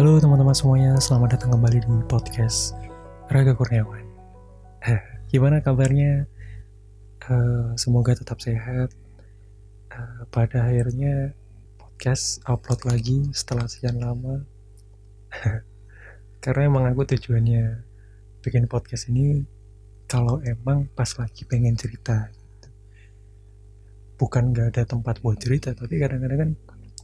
Halo teman-teman semuanya, selamat datang kembali di podcast Raga Kurniawan. Gimana kabarnya? Semoga tetap sehat. Pada akhirnya podcast upload lagi setelah sekian lama. Karena emang aku tujuannya bikin podcast ini kalau emang pas lagi pengen cerita. Bukan gak ada tempat buat cerita, tapi kadang-kadang kan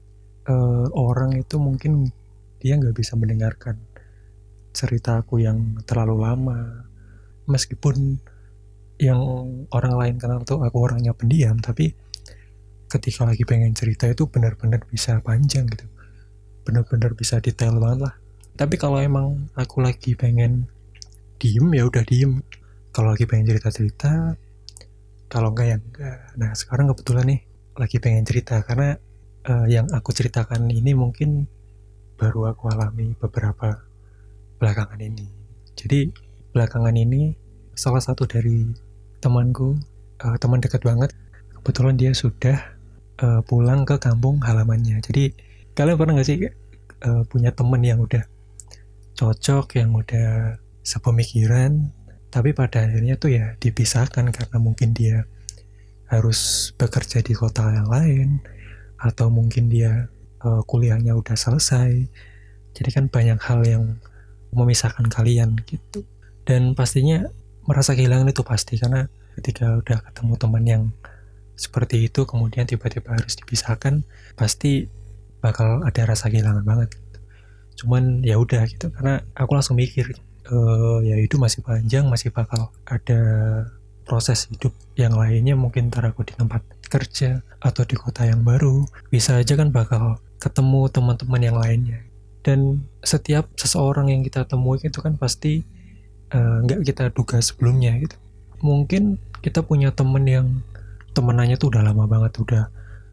orang itu mungkin dia gak bisa mendengarkan cerita aku yang terlalu lama. Meskipun yang orang lain kenal tuh aku orangnya pendiam, tapi ketika lagi pengen cerita itu benar-benar bisa panjang gitu, benar-benar bisa detail banget lah. Tapi kalau emang aku lagi pengen diem ya udah diem, kalau lagi pengen cerita-cerita, kalau enggak ya enggak. Nah sekarang kebetulan nih lagi pengen cerita, karena yang aku ceritakan ini mungkin baru aku alami beberapa belakangan ini. Jadi belakangan ini salah satu dari temanku, teman dekat banget, kebetulan dia sudah pulang ke kampung halamannya. Jadi kalian pernah gak sih punya teman yang udah cocok, yang udah sepemikiran, tapi pada akhirnya tuh ya dipisahkan karena mungkin dia harus bekerja di kota yang lain, atau mungkin dia kuliahnya udah selesai. Jadi kan banyak hal yang memisahkan kalian gitu. Dan pastinya merasa kehilangan itu pasti, karena ketika udah ketemu teman yang seperti itu kemudian tiba-tiba harus dipisahkan, pasti bakal ada rasa kehilangan banget gitu. Cuman ya udah gitu, karena aku langsung mikir ya hidup masih panjang, masih bakal ada proses hidup yang lainnya. Mungkin ntar aku di tempat kerja atau di kota yang baru, bisa aja kan bakal ketemu teman-teman yang lainnya. Dan setiap seseorang yang kita temui itu kan pasti nggak kita duga sebelumnya gitu. Mungkin kita punya temen yang temenannya tuh udah lama banget, udah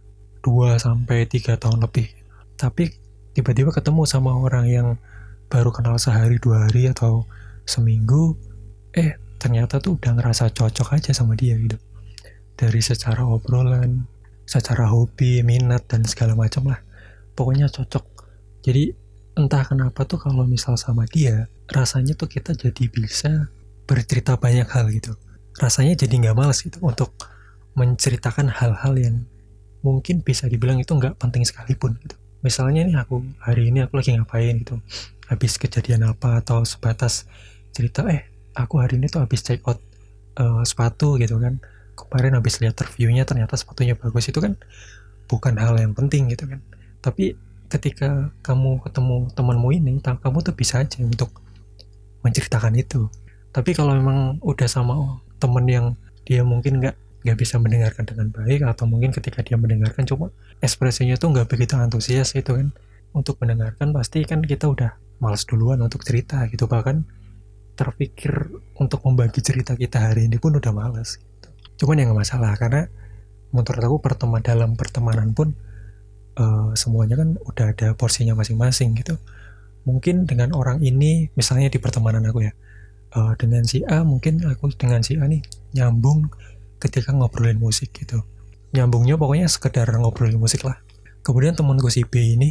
2-3 tahun lebih, tapi tiba-tiba ketemu sama orang yang baru kenal sehari 2 hari atau seminggu, ternyata tuh udah ngerasa cocok aja sama dia gitu. Dari secara obrolan, secara hobi, minat, dan segala macam lah, pokoknya cocok. Jadi entah kenapa tuh kalau misal sama dia, rasanya tuh kita jadi bisa bercerita banyak hal gitu. Rasanya jadi gak malas gitu untuk menceritakan hal-hal yang mungkin bisa dibilang itu gak penting sekalipun gitu. Misalnya nih hari ini aku lagi ngapain gitu, habis kejadian apa, atau sebatas cerita aku hari ini tuh habis check out sepatu gitu kan, kemarin habis lihat reviewnya ternyata sepatunya bagus. Itu kan bukan hal yang penting gitu kan, tapi ketika kamu ketemu temanmu ini, kamu tuh bisa aja untuk menceritakan itu. Tapi kalau memang udah sama temen yang dia mungkin nggak bisa mendengarkan dengan baik, atau mungkin ketika dia mendengarkan cuma ekspresinya tuh nggak begitu antusias itu kan untuk mendengarkan, pasti kan kita udah malas duluan untuk cerita gitu. Bahkan terpikir untuk membagi cerita kita hari ini pun udah malas gitu. Cuman ya nggak masalah, karena menurut aku dalam pertemanan pun semuanya kan udah ada porsinya masing-masing gitu. Mungkin dengan orang ini, misalnya di pertemanan aku ya, dengan si A, mungkin aku dengan si A nih nyambung ketika ngobrolin musik gitu. Nyambungnya pokoknya sekedar ngobrolin musik lah. Kemudian temanku si B ini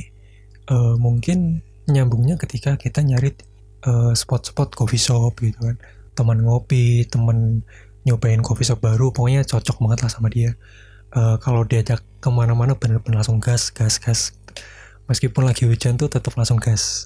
mungkin nyambungnya ketika kita nyari spot-spot coffee shop gitu kan. Teman ngopi, teman nyobain coffee shop baru, pokoknya cocok banget lah sama dia. Kalau diajak kemana-mana bener-bener langsung gas. Meskipun lagi hujan tuh tetap langsung gas.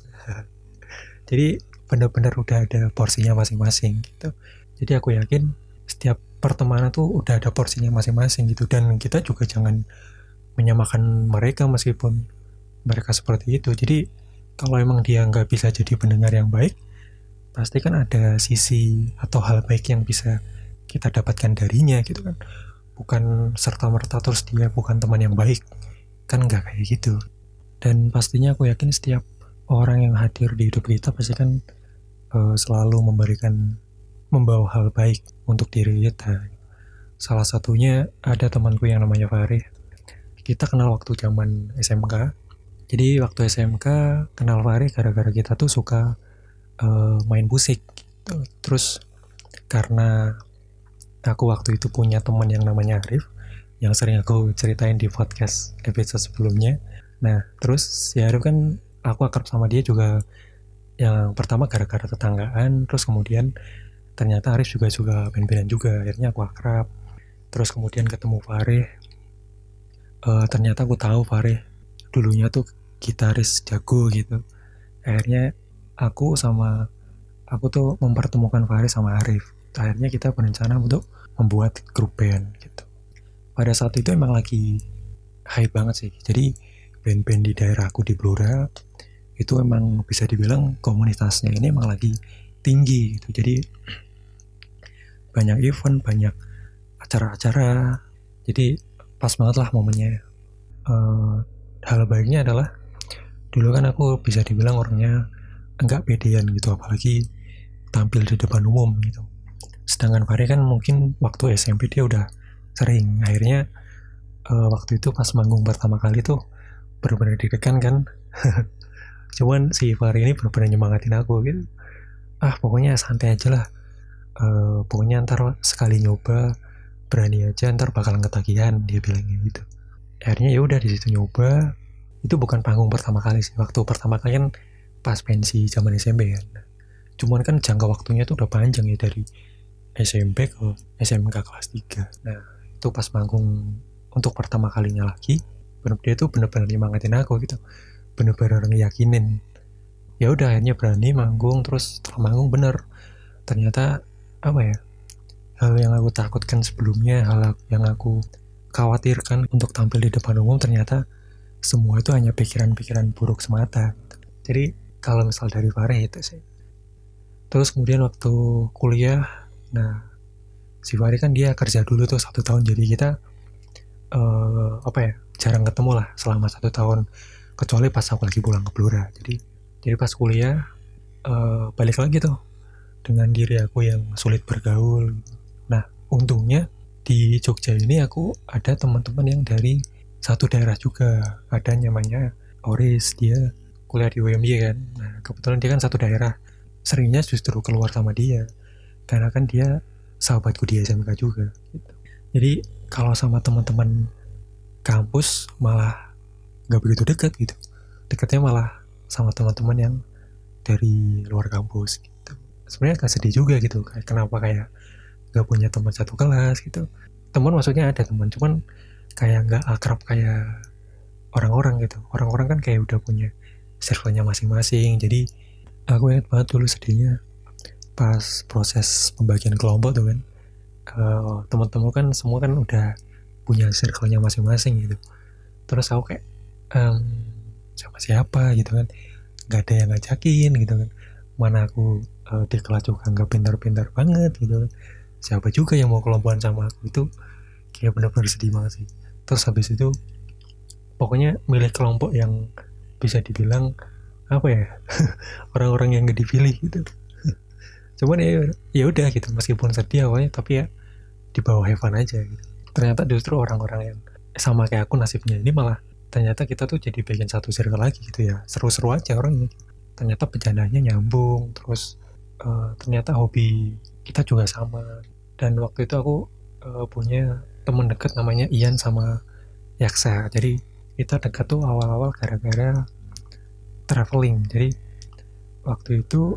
Jadi bener-bener udah ada porsinya masing-masing gitu. Jadi aku yakin setiap pertemanan tuh udah ada porsinya masing-masing gitu. Dan kita juga jangan menyamakan mereka meskipun mereka seperti itu. Jadi kalau emang dia gak bisa jadi pendengar yang baik, pasti kan ada sisi atau hal baik yang bisa kita dapatkan darinya gitu kan. Bukan serta-merta terus dia bukan teman yang baik, kan gak kayak gitu. Dan pastinya aku yakin setiap orang yang hadir di hidup kita pasti kan selalu membawa hal baik untuk diri kita. Salah satunya ada temanku yang namanya Farid. Kita kenal waktu zaman SMK. Jadi waktu SMK kenal Farid gara-gara kita tuh suka main musik gitu. Terus karena aku waktu itu punya teman yang namanya Arif, yang sering aku ceritain di podcast episode sebelumnya. Nah terus si Arif kan aku akrab sama dia juga yang pertama gara-gara tetanggaan, terus kemudian ternyata Arif juga suka band-bandan juga, akhirnya aku akrab. Terus kemudian ketemu Fareh, ternyata aku tahu Fareh dulunya tuh gitaris jago gitu. Akhirnya aku tuh mempertemukan Fareh sama Arif. Akhirnya kita berencana untuk membuat grup band gitu. Pada saat itu emang lagi hype banget sih. Jadi band-band di daerahku di Blora itu emang bisa dibilang komunitasnya ini emang lagi tinggi gitu. Jadi banyak event, banyak acara-acara. Jadi pas banget lah momennya. Hal baiknya adalah dulu kan aku bisa dibilang orangnya enggak pedean gitu, apalagi tampil di depan umum gitu. Sedangkan Fahri kan mungkin waktu SMP dia udah sering. Akhirnya waktu itu pas manggung pertama kali tuh benar-benar deg-degan kan. Cuman si Fahri ini benar-benar nyemangatin aku gitu. Pokoknya santai aja lah. Pokoknya ntar sekali nyoba berani aja, ntar bakalan ketagihan, dia bilangnya gitu. Akhirnya ya udah di situ nyoba. Itu bukan panggung pertama kali sih. Waktu pertama kali kan pas pensi zaman SMP kan. Cuman kan jangka waktunya tuh udah panjang ya, dari SMP ke SMK kelas 3. Nah itu pas manggung untuk pertama kalinya lagi, dia tuh bener-bener nyemangatin aku gitu, bener-bener ngeyakinin. Ya udah akhirnya berani manggung. Terus setelah manggung bener, ternyata apa ya, hal yang aku takutkan sebelumnya, hal yang aku khawatirkan untuk tampil di depan umum, ternyata semua itu hanya pikiran-pikiran buruk semata. Jadi kalau misal dari Fareh itu sih. Terus kemudian waktu kuliah, nah si Fareh kan dia kerja dulu tuh 1 tahun, jadi kita jarang ketemu lah selama 1 tahun, kecuali pas aku lagi pulang ke Blora. Jadi pas kuliah balik lagi tuh dengan diri aku yang sulit bergaul. Nah untungnya di Jogja ini aku ada teman-teman yang dari satu daerah juga. Ada namanya Oris, dia kuliah di UMY kan. Nah kebetulan dia kan satu daerah, seringnya justru keluar sama dia karena kan dia sahabatku di SMK juga gitu. Jadi kalau sama teman-teman kampus malah gak begitu dekat gitu, dekatnya malah sama teman-teman yang dari luar kampus gitu. Sebenarnya agak sedih juga gitu, kenapa kayak gak punya teman satu kelas gitu. Teman maksudnya ada teman, cuman kayak gak akrab kayak orang-orang gitu. Orang-orang kan kayak udah punya circle-nya masing-masing. Jadi aku ingat banget dulu sedihnya pas proses pembagian kelompok tuh kan. Teman-teman kan semua kan udah punya circle-nya masing-masing gitu. Terus aku kayak siapa-siapa gitu kan, gak ada yang ngajakin gitu kan. Mana aku di kelas juga gak pintar-pintar banget gitu kan. Siapa juga yang mau kelompokan sama aku. Itu kayak benar-benar sedih banget sih. Terus habis itu pokoknya milih kelompok yang bisa dibilang apa ya, orang-orang yang gak dipilih gitu. Cuman ya udah gitu, meskipun sedih awalnya, tapi ya di bawah heaven aja gitu. Ternyata justru orang-orang yang sama kayak aku nasibnya ini malah ternyata kita tuh jadi bikin satu circle lagi gitu ya. Seru-seru aja orangnya. Ternyata bercandanya nyambung. Terus ternyata hobi kita juga sama. Dan waktu itu aku punya temen deket namanya Ian sama Yaksa. Jadi kita dekat tuh awal-awal gara-gara traveling. Jadi waktu itu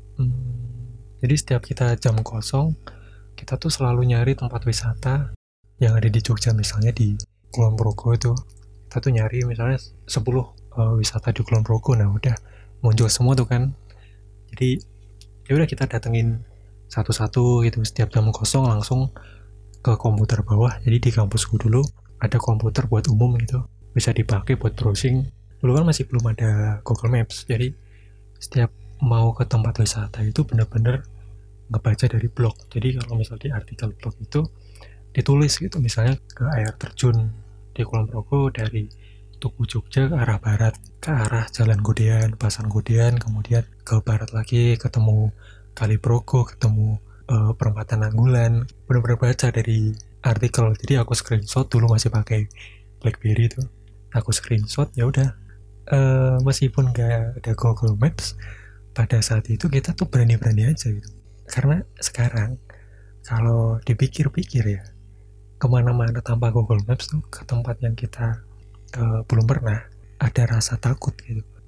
jadi setiap kita jam kosong, kita tuh selalu nyari tempat wisata yang ada di Jogja. Misalnya di Kulon Progo itu kita tuh nyari misalnya 10 wisata di Kulon Progo. Nah udah muncul semua tuh kan. Jadi ya udah kita datengin satu-satu gitu. Setiap jam kosong langsung ke komputer bawah. Jadi di kampusku dulu ada komputer buat umum gitu, bisa dipakai buat browsing. Dulu kan masih belum ada Google Maps, jadi setiap mau ke tempat wisata itu bener-bener ngebaca dari blog. Jadi kalau misal di artikel blog itu ditulis gitu, misalnya ke air terjun di Kulon Progo dari Tugu Jogja ke arah barat, ke arah Jalan Godean, Pasan Godean, kemudian ke barat lagi ketemu Kali Progo, ketemu Perempatan Anggulan. Bener-bener baca dari artikel. Jadi aku screenshot, dulu masih pakai BlackBerry tuh, aku screenshot. Ya udah meskipun gak ada Google Maps pada saat itu, kita tuh berani-berani aja gitu. Karena sekarang kalau dipikir-pikir ya, kemana-mana tanpa Google Maps tuh, ke tempat yang kita belum pernah, ada rasa takut gitu.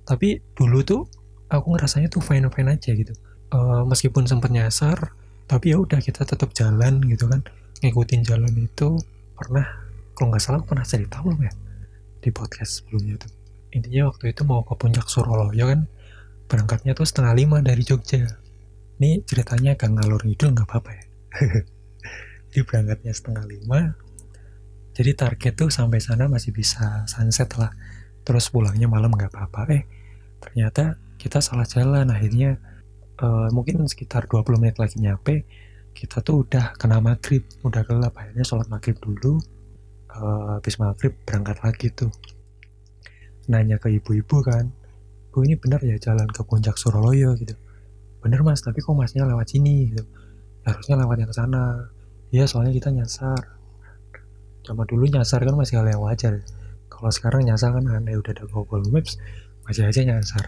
Tapi dulu tuh aku ngerasanya tuh fine-fine aja gitu. Meskipun sempat nyasar, tapi ya udah kita tetap jalan gitu kan, ngikutin jalan itu. Pernah, kalau nggak salah pernah cerita belum ya di podcast sebelumnya tuh. Intinya waktu itu mau ke puncak Suroloyo kan, berangkatnya tuh 4:30 dari Jogja. Ini ceritanya agak ngalor ngidul nggak apa-apa ya. Jadi berangkatnya 4:30, jadi target tuh sampai sana masih bisa sunset lah. Terus pulangnya malam nggak apa-apa. Ternyata kita salah jalan. Akhirnya mungkin sekitar 20 menit lagi nyampe, kita tuh udah kena maghrib, udah gelap. Akhirnya sholat maghrib dulu. Habis maghrib berangkat lagi tuh. Nanya ke ibu-ibu kan, Bu ini benar ya jalan ke puncak Suroloyo gitu? Bener mas, tapi kok masnya lewat sini gitu? Harusnya lewat yang sana. Iya soalnya kita nyasar. Zaman dulu nyasar kan masih hal yang wajar. Kalau sekarang nyasar kan aneh, udah ada Google Maps masih aja nyasar.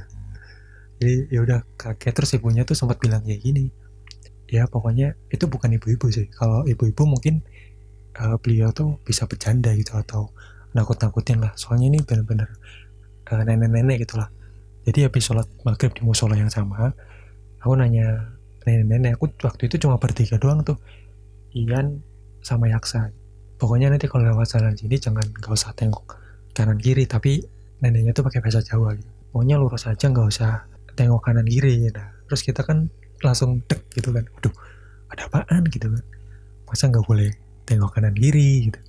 Jadi ya udah kaget. Terus ibunya tuh sempat bilang kayak gini, ya pokoknya itu bukan ibu-ibu sih. Kalau ibu-ibu mungkin beliau tuh bisa bercanda gitu atau nakut-nakutin lah. Soalnya ini benar-benar nenek-nenek gitulah. Jadi habis sholat maghrib di musola yang sama, aku nanya nenek-nenek. Aku waktu itu cuma bertiga doang tuh, Ian sama Yaksa. Pokoknya nanti kalau lewat jalan sini jangan, gak usah tengok kanan kiri, tapi neneknya tuh pakai bahasa Jawa gitu. Pokoknya lurus aja, gak usah tengok kanan kiri. Nah, terus kita kan langsung dek gitu kan, waduh ada apaan gitu kan, masa nggak boleh tengok kanan kiri gitu.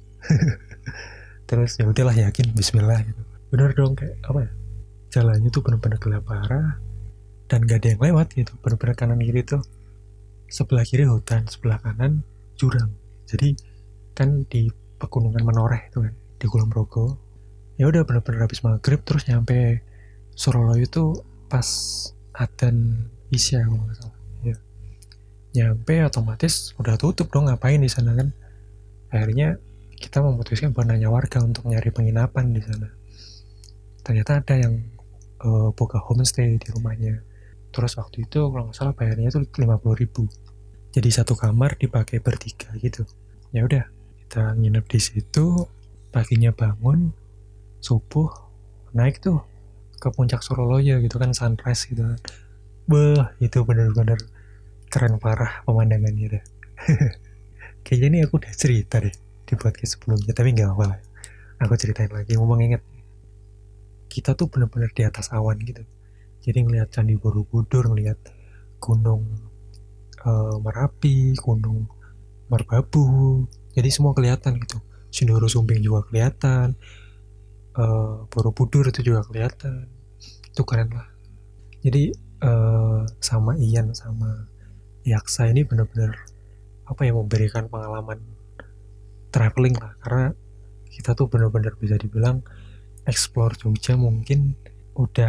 Terus ya udahlah yakin Bismillah gitu. Bener dong, kayak apa ya, jalannya tuh bener-bener gelap parah dan gak ada yang lewat gitu. Bener-bener kanan kiri tuh, sebelah kiri hutan, sebelah kanan jurang. Jadi kan di pegunungan Menoreh itu kan, di Kulon Progo. Ya udah bener-bener habis maghrib terus nyampe Suroloyo itu pas adzan Isya kalau nggak salah. Ya. Nyampe otomatis udah tutup dong, ngapain di sana kan. Akhirnya kita memutuskan buat nanya warga untuk nyari penginapan di sana. Ternyata ada yang buka homestay di rumahnya. Terus waktu itu kalau nggak salah bayarnya itu 50.000. Jadi satu kamar dipakai bertiga gitu. Ya udah kita nginep di situ. Paginya bangun subuh naik tuh ke puncak Suroloyo gitu kan, sunrise gitu kan. Beuh, itu bener-bener keren parah pemandangannya deh. Kayaknya ini aku udah cerita deh di podcast sebelumnya, tapi nggak apa-apa lah. Aku ceritain lagi, ngomong inget. Kita tuh bener-bener di atas awan gitu. Jadi ngelihat Candi Borobudur, ngelihat Gunung Merapi, Gunung Merbabu. Jadi semua kelihatan gitu. Sindoro Sumbing juga kelihatan. Borobudur itu juga kelihatan. Itu keren lah. Jadi sama Ian sama Yaksa ini benar-benar apa ya, memberikan pengalaman traveling lah, karena kita tuh benar-benar bisa dibilang explore Jogja mungkin udah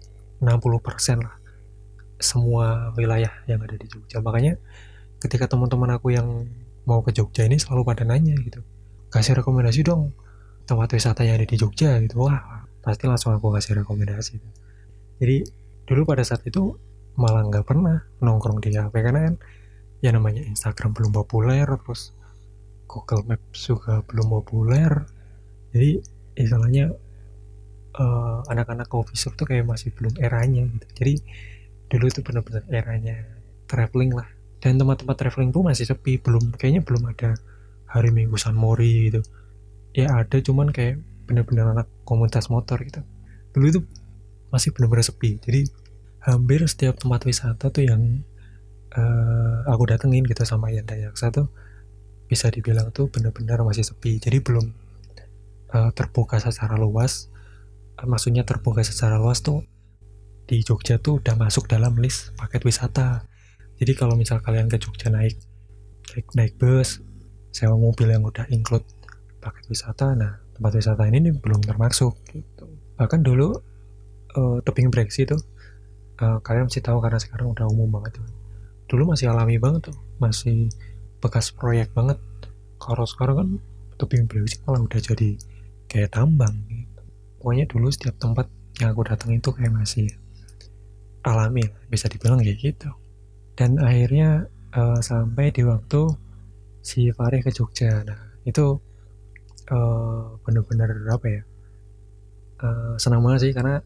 60% lah, semua wilayah yang ada di Jogja. Makanya ketika teman-teman aku yang mau ke Jogja ini selalu pada nanya gitu, kasih rekomendasi dong tempat wisata yang ada di Jogja gitu. Wah pasti langsung aku kasih rekomendasi. Jadi dulu pada saat itu malah nggak pernah nongkrong di kafe, karena kan ya namanya Instagram belum populer, terus Google Maps juga belum populer. Jadi istilahnya anak-anak coffee shop tuh kayak masih belum eranya gitu. Jadi dulu itu benar-benar eranya traveling lah. Dan tempat-tempat traveling tuh masih sepi, kayaknya belum ada hari Minggu San Mori gitu. Ya ada, cuman kayak benar-benar anak komunitas motor gitu. Dulu itu masih benar-benar sepi. Jadi hampir setiap tempat wisata tuh yang aku datengin gitu sama Yanda Yaksa tuh bisa dibilang tuh benar-benar masih sepi. Jadi belum terbuka secara luas. Maksudnya terbuka secara luas tuh di Jogja tuh udah masuk dalam list paket wisata. Jadi kalau misal kalian ke Jogja naik bus, sewa mobil yang udah include paket wisata, nah tempat wisata ini belum termasuk gitu. Bahkan dulu tebing breksi tuh kalian mesti tahu karena sekarang udah umum banget tuh. Dulu masih alami banget tuh, masih bekas proyek banget. Kalau sekarang kan tebing breksi malah udah jadi kayak tambang gitu. Pokoknya dulu setiap tempat yang aku datang itu kayak masih alami, bisa dibilang kayak gitu. Dan akhirnya sampai di waktu si Farih ke Jogja. Nah itu bener-bener apa ya, senang banget sih, karena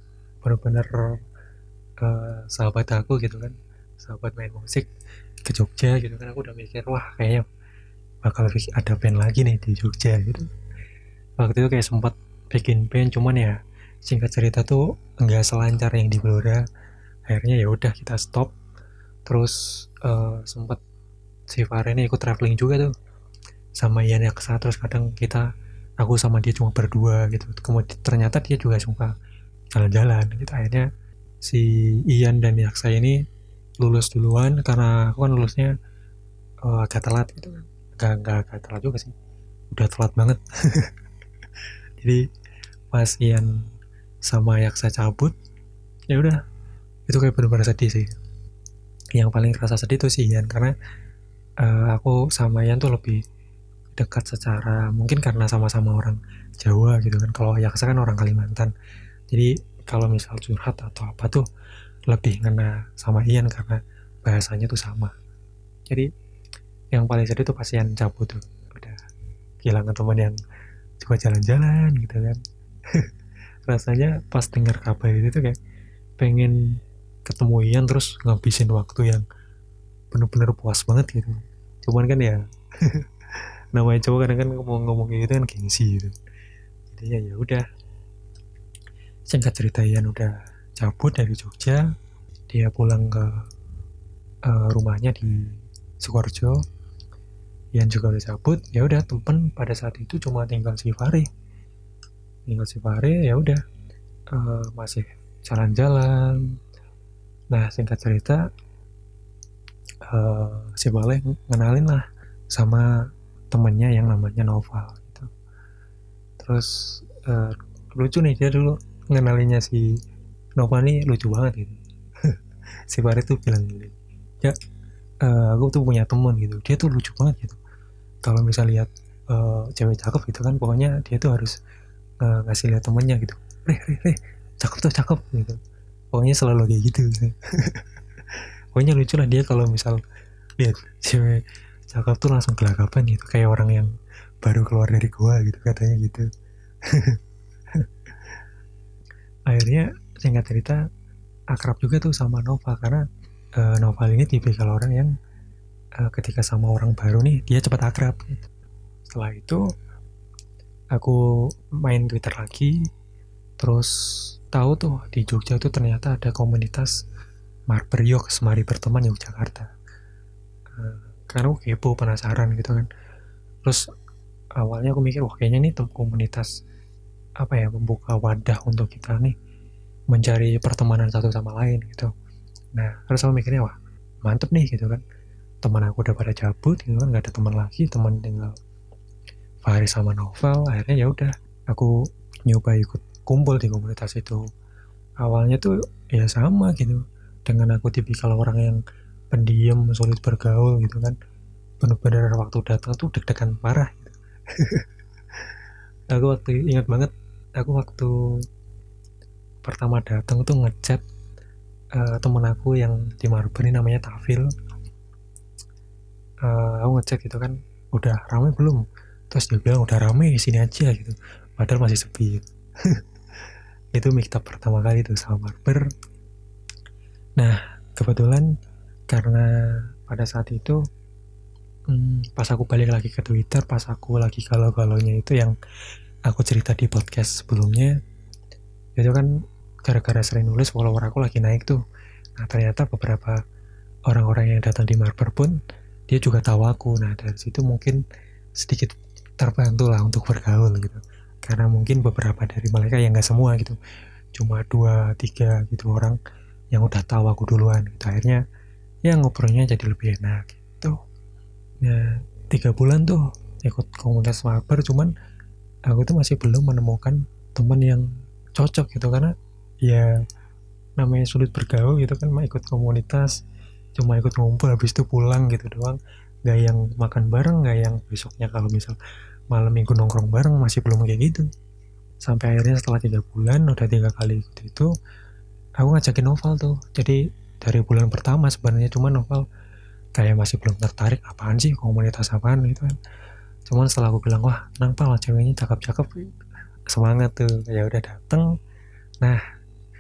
bener-bener sahabat aku gitu kan, sahabat main musik ke Jogja gitu kan. Aku udah mikir wah kayaknya bakal ada band lagi nih di Jogja gitu. Waktu itu kayak sempat bikin band, cuman ya singkat cerita tuh nggak selancar yang di Blora. Akhirnya ya udah kita stop. Terus sempat si Fare ini ikut traveling juga tuh sama Ian Yaksa. Terus kadang aku sama dia cuma berdua gitu. Kemudian ternyata dia juga suka jalan-jalan gitu. Akhirnya si Ian dan Yaksa ini lulus duluan karena aku kan lulusnya agak telat gitu kan. Gak agak telat juga sih, udah telat banget. Jadi pas Ian sama Yaksa cabut, ya udah itu kayak bener-bener sedih sih. Yang paling rasa sedih tuh si Ian karena aku sama Ian tuh lebih dekat secara mungkin karena sama-sama orang Jawa gitu kan. Kalau Yaksa kan orang Kalimantan, jadi kalau misal curhat atau apa tuh lebih ngena sama Ian karena bahasanya tuh sama. Jadi yang paling sedih tuh pas Ian cabut tuh, udah kehilangan teman yang juga jalan-jalan gitu kan. Rasanya pas dengar kabar itu tuh kayak pengen ketemu Ian terus ngabisin waktu yang bener-bener puas banget gitu. Cuman kan ya namanya cowok kadang kan ngomong-ngomong gitu kan gengsi gitu. Jadinya ya udah, singkat cerita Ian udah cabut dari Jogja, dia pulang ke rumahnya di Sukoharjo. Ian juga udah cabut, ya udah temen pada saat itu cuma tinggal si Fahri. Ya udah masih jalan-jalan. Nah singkat cerita si Baleh ngenalin lah sama temennya yang namanya Noval gitu. Terus lucu nih, dia dulu ngenalinnya si Noval nih lucu banget gitu. Si Fahri tuh bilang gini, ya aku tuh punya temen gitu, dia tuh lucu banget gitu. Kalau misal lihat cewek cakep gitu kan, pokoknya dia tuh harus ngasih lihat temennya gitu, Reh, cakep gitu. Pokoknya selalu kayak gitu. Pokoknya lucu lah dia kalau misal lihat cewek cakep tuh langsung gelagapan gitu, kayak orang yang baru keluar dari gua gitu katanya gitu. Akhirnya singkat cerita akrab juga tuh sama Noval karena Noval ini tipikal orang yang ketika sama orang baru nih dia cepat akrab gitu. Setelah itu aku main Twitter lagi, terus tahu tuh di Jogja tuh ternyata ada komunitas Marberyok, Semari Berteman Yogyakarta. Karena aku kepo, penasaran gitu kan. Terus awalnya aku mikir wah kayaknya ini komunitas apa ya, membuka wadah untuk kita nih mencari pertemanan satu sama lain gitu. Nah terus aku mikirnya wah mantep nih gitu kan, teman aku udah pada cabut gitu kan, nggak ada teman lagi, teman tinggal Fahri sama Novel. Akhirnya ya udah aku nyoba ikut kumpul di komunitas itu. Awalnya tuh ya sama gitu, dengan aku tipikal orang yang pendiam, sulit bergaul gitu kan. Bener-bener waktu datang tuh deg-degan parah gitu. Aku ingat banget, aku waktu pertama datang tuh ngechat temen aku yang di Marber ini namanya Tafil. Aku ngechat gitu kan, udah ramai belum? Terus dia bilang udah rame, sini aja gitu. Padahal masih sepi gitu. Itu meetup pertama kali tuh sama Marber. Nah kebetulan karena pada saat itu pas aku balik lagi ke Twitter, pas aku lagi galau-galaunya itu yang aku cerita di podcast sebelumnya, itu kan gara-gara sering nulis follower aku lagi naik tuh. Nah ternyata beberapa orang-orang yang datang di Marber pun dia juga tahu aku. Nah dari situ mungkin sedikit terbantu lah untuk bergaul gitu, karena mungkin beberapa dari mereka yang gak semua gitu, cuma 2-3 gitu orang yang udah tahu aku duluan gitu. Akhirnya ya ngobrolnya jadi lebih enak gitu. Nah 3 bulan tuh ikut komunitas Marber, cuman aku tuh masih belum menemukan teman yang cocok gitu, karena ya namanya sulit bergaul gitu kan, ikut komunitas cuma ikut ngumpul habis itu pulang gitu doang, gak yang makan bareng, gak yang besoknya kalau misal malam minggu nongkrong bareng, masih belum kayak gitu. Sampai akhirnya setelah 3 bulan udah 3 kali ikut itu, aku ngajakin Noval tuh. Jadi dari bulan pertama sebenarnya cuma Noval kayak masih belum tertarik, apaan sih komunitas apaan gitu kan. Cuman setelah aku bilang wah tenang Pal, ceweknya cakep-cakep, semangat tuh, ya udah dateng. Nah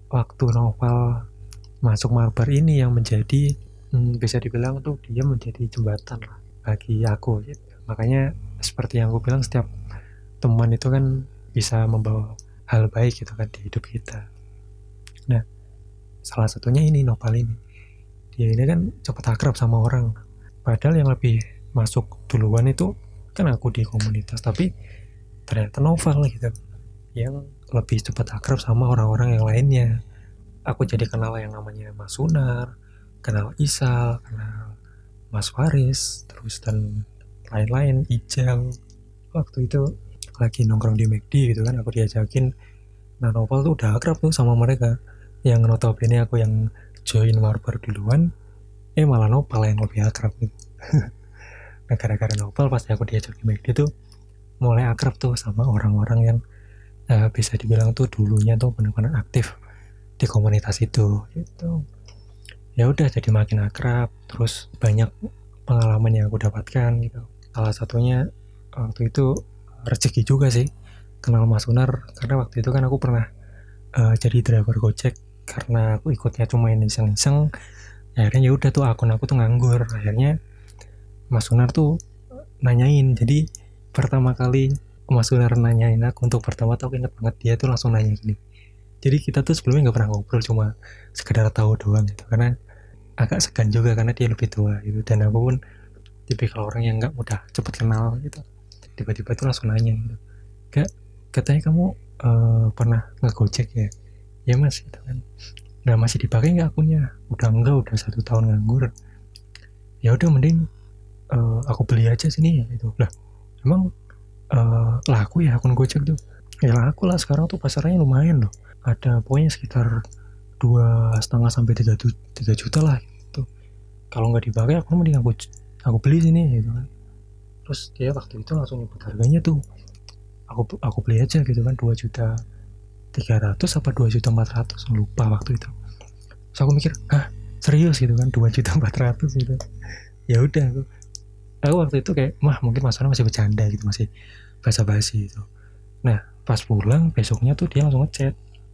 waktu Noval masuk Marbar ini yang menjadi bisa dibilang tuh dia menjadi jembatan lah bagi aku gitu. Makanya seperti yang aku bilang, setiap teman itu kan bisa membawa hal baik gitu kan di hidup kita. Nah, salah satunya ini Noval ini. Dia ini kan cepat akrab sama orang. Padahal yang lebih masuk duluan itu kan aku di komunitas, tapi ternyata Noval gitu yang lebih cepat akrab sama orang-orang yang lainnya. Aku jadi kenal yang namanya Mas Sunar, kenal Isal, kenal Mas Faris, terus dan lain-lain, Ijal. Waktu itu lagi nongkrong di McD gitu kan, aku diajakin. Nah, Noval tuh udah akrab tuh sama mereka. Yang notabene aku yang join Marbar duluan, malah Noval yang lebih akrab gitu. Nah, gara-gara Noval pasti aku diajak di McD tuh mulai akrab tuh sama orang-orang yang bisa dibilang tuh dulunya tuh benar-benar aktif di komunitas itu gitu. Ya udah jadi makin akrab, terus banyak pengalaman yang aku dapatkan gitu. Salah satunya waktu itu rezeki juga sih kenal Mas Unar, karena waktu itu kan aku pernah jadi driver Gojek karena aku ikutnya cuma iseng-iseng. Akhirnya ya udah tuh akun aku tuh nganggur. Akhirnya Mas Unar tuh nanyain. Jadi pertama kali Mas Unar nanyain aku untuk pertama tuh aku inget banget, dia tuh langsung nanya gini. Jadi kita tuh sebelumnya nggak pernah ngobrol, cuma sekedar tahu doang gitu. Karena agak segan juga karena dia lebih tua gitu. Dan aku pun tipikal orang yang nggak mudah cepet kenal gitu. Tiba-tiba tuh langsung nanya gitu. Katanya kamu pernah ngegojek ya? Ya mas gitu kan. Nah masih dipakai nggak akunnya? Udah enggak, udah 1 tahun nganggur. Ya udah mending aku beli aja sini gitu. Lah emang laku ya akun Gojek tuh? Ya laku lah, sekarang tuh pasarnya lumayan loh. Ada pokoknya sekitar 2,5 sampai 3 juta lah gitu. Kalau nggak dipakai aku mending aku beli sini gitu kan. Terus dia waktu itu langsung nyebut harganya tuh. Aku beli aja gitu kan, 2.300.000 apa 2.400.000, lupa waktu itu. Terus aku mikir, hah serius gitu kan, 2.400.000 gitu. Ya udah aku waktu itu kayak, mungkin Mas Ana masih bercanda gitu, masih basa-basi gitu. Nah pas pulang besoknya tuh dia langsung ngechat,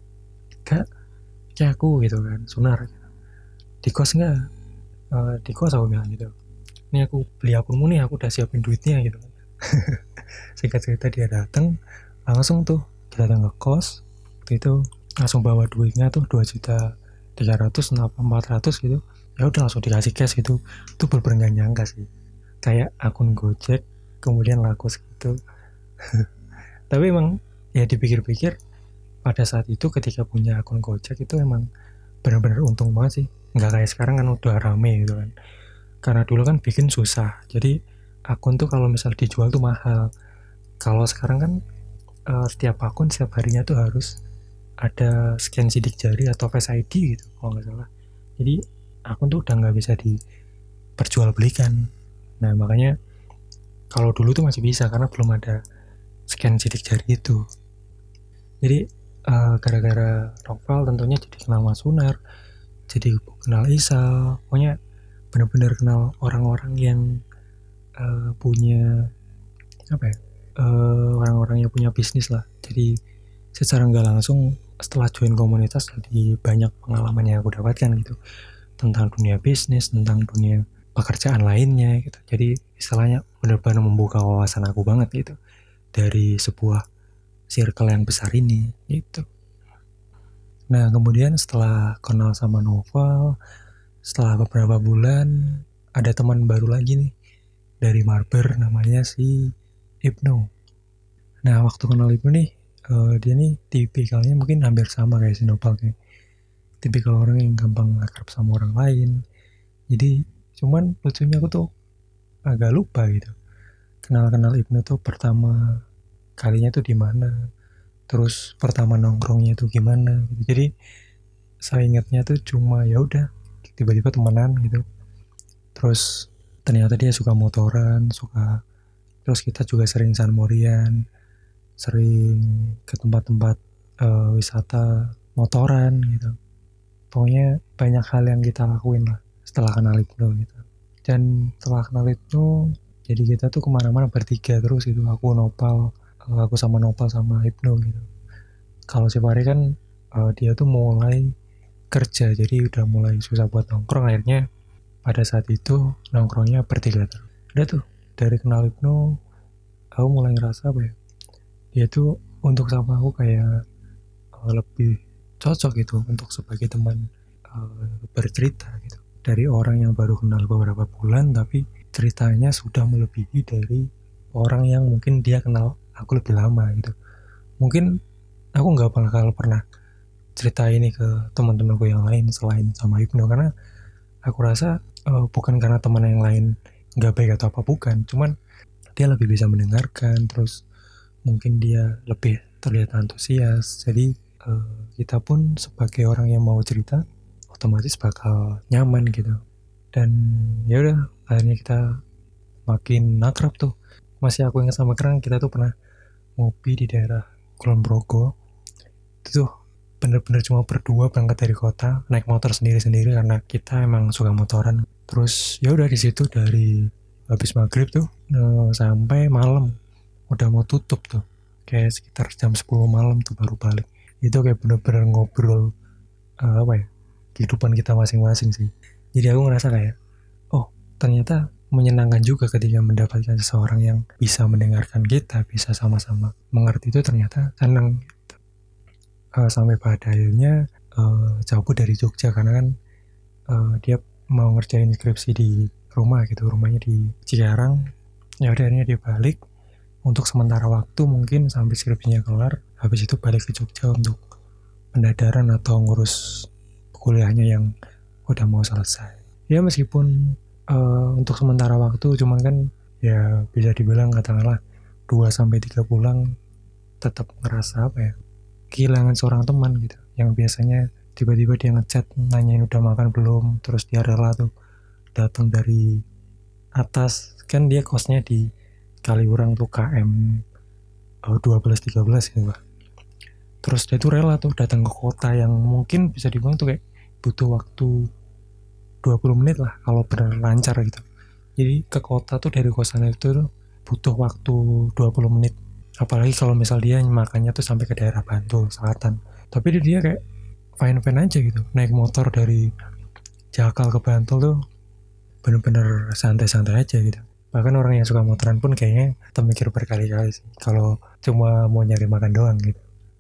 Kak kayak aku gitu kan, Sunar di kos nggak? Di kos aku bilang gitu. Ini aku beli akunmu nih, aku udah siapin duitnya gitu. Singkat cerita dia datang, langsung tuh kita datang ke kos. Waktu itu langsung bawa duitnya tuh 2.300.000 400 gitu. Ya udah langsung dikasih cash gitu. Itu bener-bener gak nyangka sih. Kayak akun Gojek kemudian laku segitu. Tapi emang ya dipikir-pikir, pada saat itu ketika punya akun Gojek itu emang benar-benar untung banget sih. Nggak kayak sekarang kan udah rame gitu kan. Karena dulu kan bikin susah. Jadi akun tuh kalau misal dijual tuh mahal. Kalau sekarang kan setiap akun setiap harinya tuh harus ada scan sidik jari atau Face ID gitu kalau nggak salah. Jadi akun tuh udah nggak bisa diperjualbelikan. Nah makanya kalau dulu tuh masih bisa karena belum ada scan sidik jari itu. Jadi gara-gara Novel tentunya jadi kenal Mas Sunar, jadi kenal Isa, pokoknya benar-benar kenal orang-orang yang punya apa ya, orang-orang yang punya bisnis lah. Jadi secara nggak langsung setelah join komunitas jadi banyak pengalaman yang aku dapatkan gitu tentang dunia bisnis, tentang dunia pekerjaan lainnya gitu. Jadi istilahnya benar-benar membuka wawasan aku banget gitu dari sebuah circle yang besar ini gitu. Nah kemudian setelah kenal sama Noval, setelah beberapa bulan ada teman baru lagi nih dari Marbar, namanya si Ibnu. Nah waktu kenal Ibnu nih, dia nih tipikalnya mungkin hampir sama kayak si Noval, kayak tipikal orang yang gampang akrab sama orang lain. Jadi cuman lucunya aku tuh agak lupa gitu kenal Ibnu tuh pertama kalinya tuh di mana, terus pertama nongkrongnya tuh gimana gitu. Jadi saya ingatnya tuh cuma ya udah tiba-tiba temenan gitu. Terus ternyata dia suka motoran, terus kita juga sering sanmorian, sering ke tempat-tempat wisata motoran gitu. Pokoknya banyak hal yang kita lakuin lah setelah kenal Ibnu gitu. Dan setelah kenal Ibnu, jadi kita tuh kemana-mana bertiga terus gitu. Aku sama Nopal sama Ibnu gitu. Kalau si Fahri kan dia tuh mulai kerja, jadi udah mulai susah buat nongkrong. Akhirnya pada saat itu nongkrongnya bertiga terus. Udah tuh dari kenal Ibnu, aku mulai ngerasa apa ya, dia tuh untuk sama aku kayak lebih cocok gitu untuk sebagai teman bercerita gitu. Dari orang yang baru kenal beberapa bulan, tapi ceritanya sudah melebihi dari orang yang mungkin dia kenal aku lebih lama gitu. Mungkin aku nggak bakal pernah cerita ini ke teman-temanku yang lain selain sama Ibnu, karena aku rasa bukan karena teman yang lain nggak baik atau apa, bukan, cuman dia lebih bisa mendengarkan, terus mungkin dia lebih terlihat antusias. Jadi kita pun sebagai orang yang mau cerita otomatis bakal nyaman gitu. Dan ya udah, akhirnya kita makin akrab tuh. Masih aku ingat sama sekarang, kita tuh pernah ngopi di daerah Kulon Progo. Itu tuh bener-bener cuma berdua berangkat dari kota, naik motor sendiri-sendiri karena kita emang suka motoran. Terus ya udah di situ dari habis maghrib tuh sampai malam, udah mau tutup tuh, kayak sekitar jam 10 malam tuh baru balik. Itu kayak bener-bener ngobrol apa ya, kehidupan kita masing-masing sih. Jadi aku ngerasa kayak, oh ternyata menyenangkan juga ketika mendapatkan seseorang yang bisa mendengarkan kita, bisa sama-sama mengerti, itu ternyata senang. Sampai pada akhirnya cabut dari Jogja karena kan dia mau ngerjain skripsi di rumah gitu, rumahnya di Cikarang. Ya udah, akhirnya dia balik untuk sementara waktu mungkin sampai skripsinya kelar, habis itu balik ke Jogja untuk pendadaran atau ngurus kuliahnya yang udah mau selesai. Ya meskipun untuk sementara waktu, cuman kan ya bisa dibilang katakanlah 2-3 bulan tetap ngerasa apa ya, kehilangan seorang teman gitu, yang biasanya tiba-tiba dia ngechat nanyain udah makan belum, terus dia rela tuh datang dari atas, kan dia kosnya di Kaliurang tuh KM 12-13 gitu lah. Terus dia tuh rela tuh datang ke kota yang mungkin bisa dibilang tuh kayak butuh waktu 20 menit lah kalau benar lancar gitu. Jadi ke kota tuh dari kosan itu tuh butuh waktu 20 menit. Apalagi kalau misal dia makannya tuh sampai ke daerah Bantul Selatan. Tapi dia kayak fine-fine aja gitu. Naik motor dari Jakal ke Bantul tuh bener-bener santai-santai aja gitu. Bahkan orang yang suka motoran pun kayaknya termikir berkali-kali sih kalau cuma mau nyari makan doang gitu.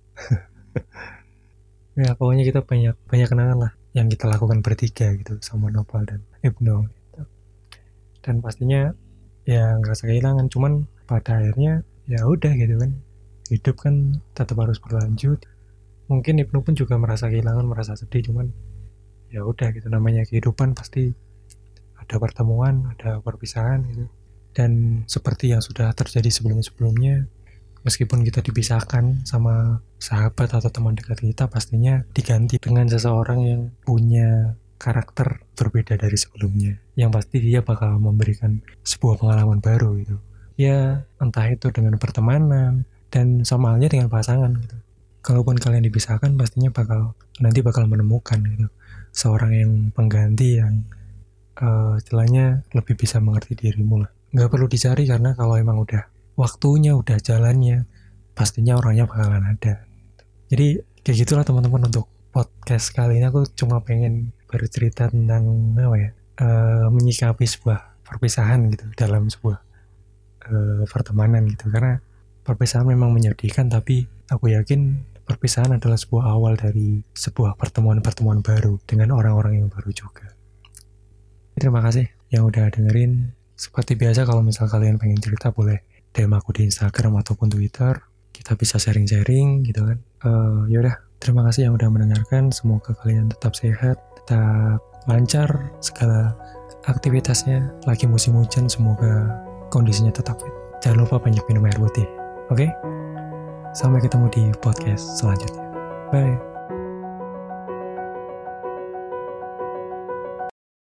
Ya pokoknya kita banyak kenangan lah yang kita lakukan bertiga gitu sama Nopal dan Ibnu gitu. Dan pastinya ya ngerasa kehilangan, cuman pada akhirnya ya udah gitu kan, hidup kan tetap harus berlanjut. Mungkin Ibnu pun juga merasa kehilangan, merasa sedih, cuman ya udah gitu, namanya kehidupan pasti ada pertemuan, ada perpisahan gitu. Dan seperti yang sudah terjadi sebelum-sebelumnya, meskipun kita dipisahkan sama sahabat atau teman dekat kita, pastinya diganti dengan seseorang yang punya karakter berbeda dari sebelumnya, yang pasti dia bakal memberikan sebuah pengalaman baru gitu. Ya entah itu dengan pertemanan, dan sama halnya dengan pasangan gitu. Kalaupun kalian dipisahkan, pastinya nanti bakal menemukan gitu seorang yang pengganti yang istilahnya lebih bisa mengerti dirimu lah. Nggak perlu dicari, karena kalau emang udah waktunya, udah jalannya, pastinya orangnya bakalan ada. Jadi kayak gitulah teman-teman, untuk podcast kali ini aku cuma pengen bercerita tentang apa ya, menyikapi sebuah perpisahan gitu dalam sebuah pertemanan gitu. Karena perpisahan memang menyedihkan, tapi aku yakin perpisahan adalah sebuah awal dari sebuah pertemuan-pertemuan baru dengan orang-orang yang baru juga. Terima kasih yang udah dengerin. Seperti biasa, kalau misal kalian pengen cerita boleh DM aku di Instagram ataupun Twitter. Kita bisa sharing-sharing gitu kan. Yaudah, terima kasih yang udah mendengarkan. Semoga kalian tetap sehat, tetap lancar segala aktivitasnya. Lagi musim hujan, semoga kondisinya tetap fit. Jangan lupa banyak minum air putih. Oke? Sampai ketemu di podcast selanjutnya. Bye.